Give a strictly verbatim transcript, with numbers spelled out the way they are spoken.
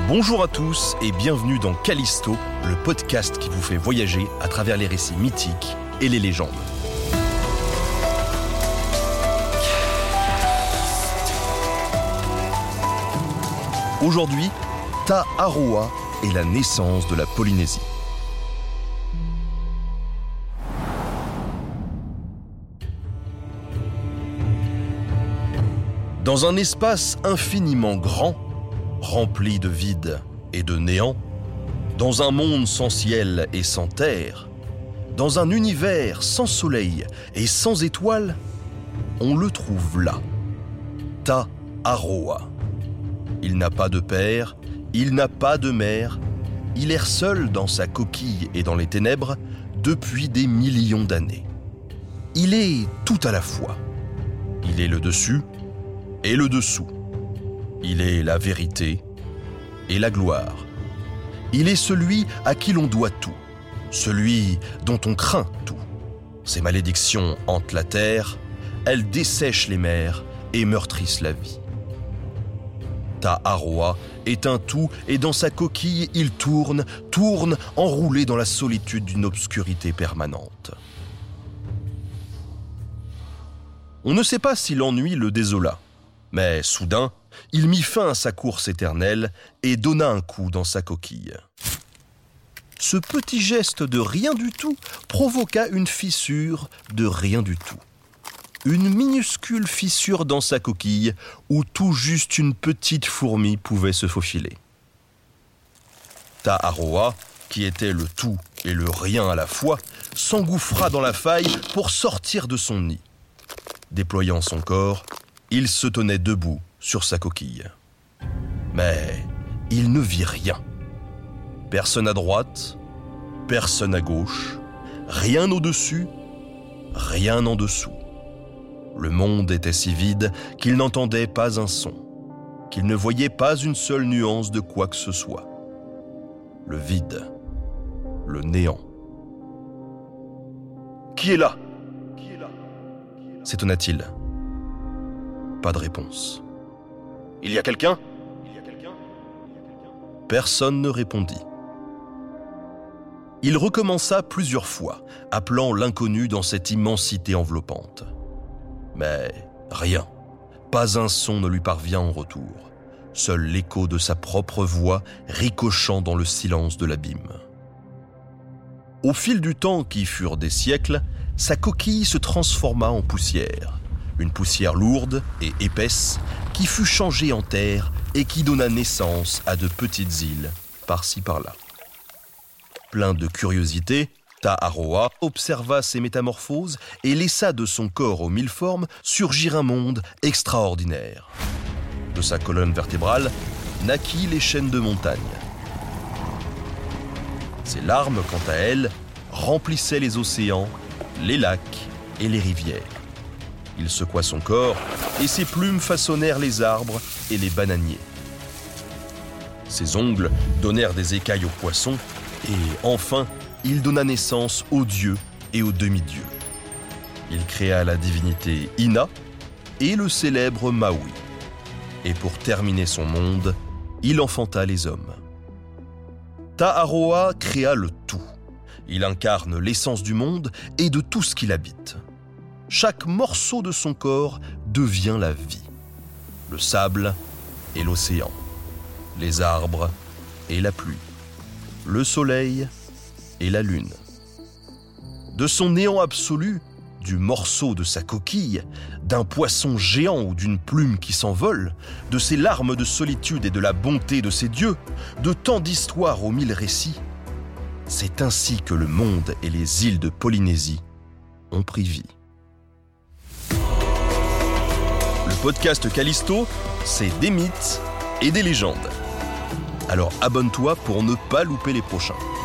Bonjour à tous et bienvenue dans Callisto, le podcast qui vous fait voyager à travers les récits mythiques et les légendes. Aujourd'hui, Ta'aroa et la naissance de la Polynésie. Dans un espace infiniment grand, rempli de vide et de néant, dans un monde sans ciel et sans terre, dans un univers sans soleil et sans étoiles, on le trouve là, Ta'aroa. Il n'a pas de père, il n'a pas de mère, il erre seul dans sa coquille et dans les ténèbres depuis des millions d'années. Il est tout à la fois. Il est le dessus et le dessous. Il est la vérité et la gloire. Il est celui à qui l'on doit tout, celui dont on craint tout. Ses malédictions hantent la terre, elles dessèchent les mers et meurtrissent la vie. Ta'aroa est un tout et dans sa coquille, il tourne, tourne, enroulé dans la solitude d'une obscurité permanente. On ne sait pas si l'ennui le désola, mais soudain, il mit fin à sa course éternelle et donna un coup dans sa coquille. Ce petit geste de rien du tout provoqua une fissure de rien du tout. Une minuscule fissure dans sa coquille où tout juste une petite fourmi pouvait se faufiler. Ta'aroa, qui était le tout et le rien à la fois, s'engouffra dans la faille pour sortir de son nid. Déployant son corps, il se tenait debout sur sa coquille. Mais il ne vit rien. Personne à droite, personne à gauche, rien au-dessus, rien en dessous. Le monde était si vide qu'il n'entendait pas un son, qu'il ne voyait pas une seule nuance de quoi que ce soit. Le vide, le néant. « Qui est là ?» s'étonna-t-il. Pas de réponse. « Il y a quelqu'un ?» Personne ne répondit. Il recommença plusieurs fois, appelant l'inconnu dans cette immensité enveloppante. Mais rien, pas un son ne lui parvient en retour. Seul l'écho de sa propre voix ricochant dans le silence de l'abîme. Au fil du temps qui furent des siècles, sa coquille se transforma en poussière. Une poussière lourde et épaisse qui fut changée en terre et qui donna naissance à de petites îles, par-ci par-là. Plein de curiosité, Ta'aroa observa ces métamorphoses et laissa de son corps aux mille formes surgir un monde extraordinaire. De sa colonne vertébrale naquit les chaînes de montagnes. Ses larmes, quant à elles, remplissaient les océans, les lacs et les rivières. Il secoua son corps et ses plumes façonnèrent les arbres et les bananiers. Ses ongles donnèrent des écailles aux poissons et, enfin, il donna naissance aux dieux et aux demi-dieux. Il créa la divinité Ina et le célèbre Maui. Et pour terminer son monde, il enfanta les hommes. Ta'aroa créa le tout. Il incarne l'essence du monde et de tout ce qu'il habite. Chaque morceau de son corps devient la vie. Le sable et l'océan, les arbres et la pluie, le soleil et la lune. De son néant absolu, du morceau de sa coquille, d'un poisson géant ou d'une plume qui s'envole, de ses larmes de solitude et de la bonté de ses dieux, de tant d'histoires aux mille récits, c'est ainsi que le monde et les îles de Polynésie ont pris vie. Le podcast Callisto, c'est des mythes et des légendes. Alors abonne-toi pour ne pas louper les prochains.